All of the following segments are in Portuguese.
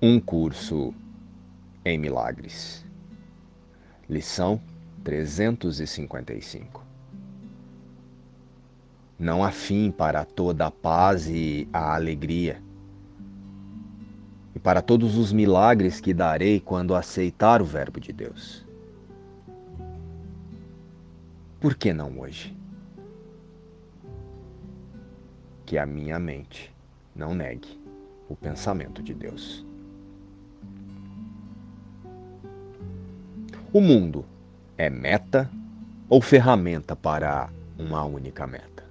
Um curso em milagres. Lição 355. Não há fim para toda a paz e a alegria, e para todos os milagres que darei quando aceitar o Verbo de Deus. Por que não hoje? Que a minha mente não negue o pensamento de Deus. O mundo é meta ou ferramenta para uma única meta?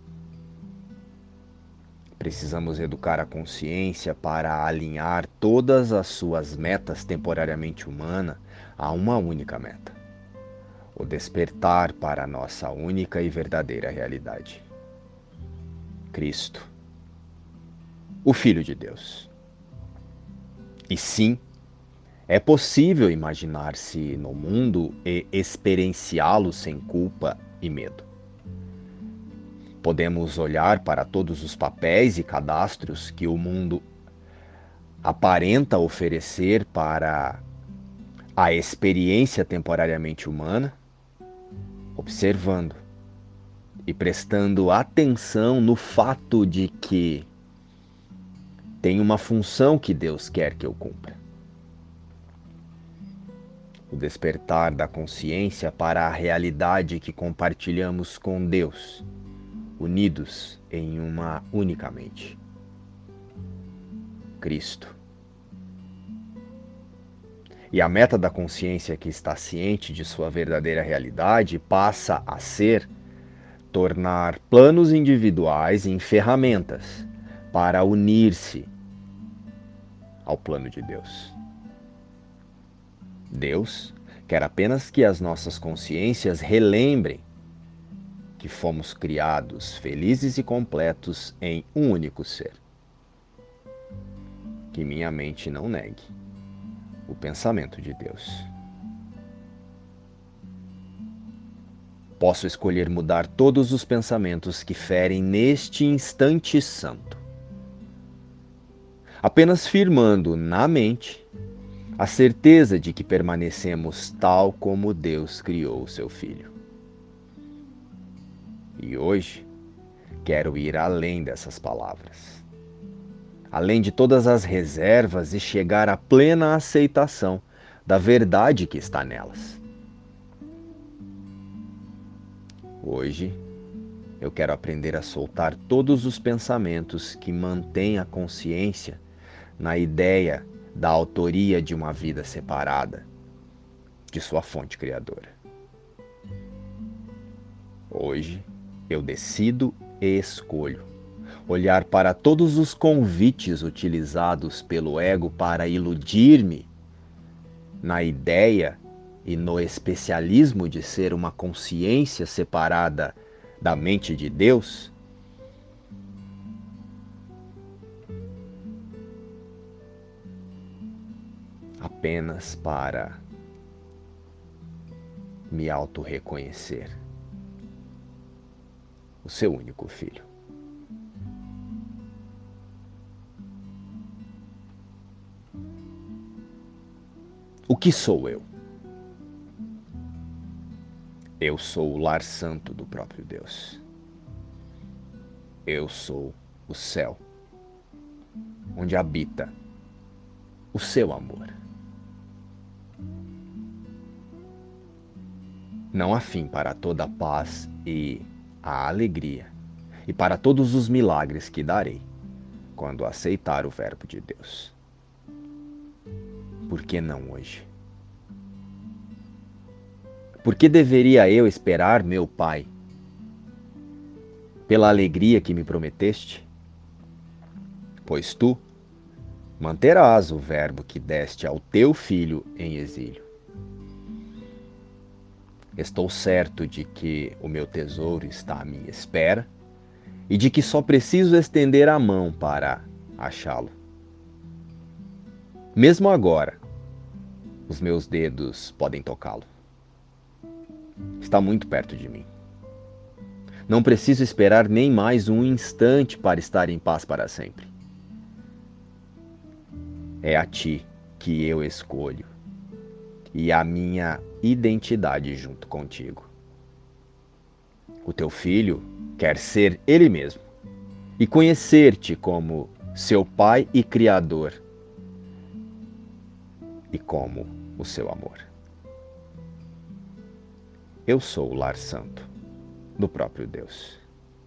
Precisamos educar a consciência para alinhar todas as suas metas temporariamente humanas a uma única meta: o despertar para a nossa única e verdadeira realidade. Cristo, o Filho de Deus. E sim, é possível imaginar-se no mundo e experienciá-lo sem culpa e medo. Podemos olhar para todos os papéis e cadastros que o mundo aparenta oferecer para a experiência temporariamente humana, observando e prestando atenção no fato de que tem uma função que Deus quer que eu cumpra. O despertar da consciência para a realidade que compartilhamos com Deus, unidos em uma única mente. Cristo. E a meta da consciência que está ciente de sua verdadeira realidade passa a ser tornar planos individuais em ferramentas para unir-se ao plano de Deus. Deus quer apenas que as nossas consciências relembrem que fomos criados felizes e completos em um único ser. Que minha mente não negue o pensamento de Deus. Posso escolher mudar todos os pensamentos que ferem neste instante santo, apenas firmando na mente a certeza de que permanecemos tal como Deus criou o seu Filho. E hoje quero ir além dessas palavras, além de todas as reservas, e chegar à plena aceitação da verdade que está nelas. Hoje eu quero aprender a soltar todos os pensamentos que mantêm a consciência na ideia da autoria de uma vida separada de sua fonte criadora. Hoje eu decido e escolho olhar para todos os convites utilizados pelo ego para iludir-me na ideia e no especialismo de ser uma consciência separada da mente de Deus, apenas para me auto-reconhecer o seu único filho. O que sou eu? Eu sou o lar santo do próprio Deus. Eu sou o céu, onde habita o seu amor. Não há fim para toda a paz e a alegria, e para todos os milagres que darei quando aceitar o Verbo de Deus. Por que não hoje? Por que deveria eu esperar, meu Pai, pela alegria que me prometeste? Pois tu manterás o verbo que deste ao teu filho em exílio. Estou certo de que o meu tesouro está à minha espera e de que só preciso estender a mão para achá-lo. Mesmo agora, os meus dedos podem tocá-lo. Está muito perto de mim. Não preciso esperar nem mais um instante para estar em paz para sempre. É a ti que eu escolho e a minha identidade junto contigo. O teu filho quer ser ele mesmo e conhecer-te como seu Pai e Criador e como o seu amor. Eu sou o lar santo do próprio Deus.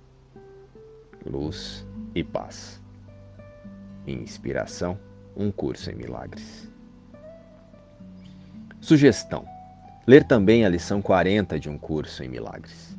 Luz e paz. Inspiração, um curso em milagres. Sugestão: ler também a lição 40 de um curso em milagres.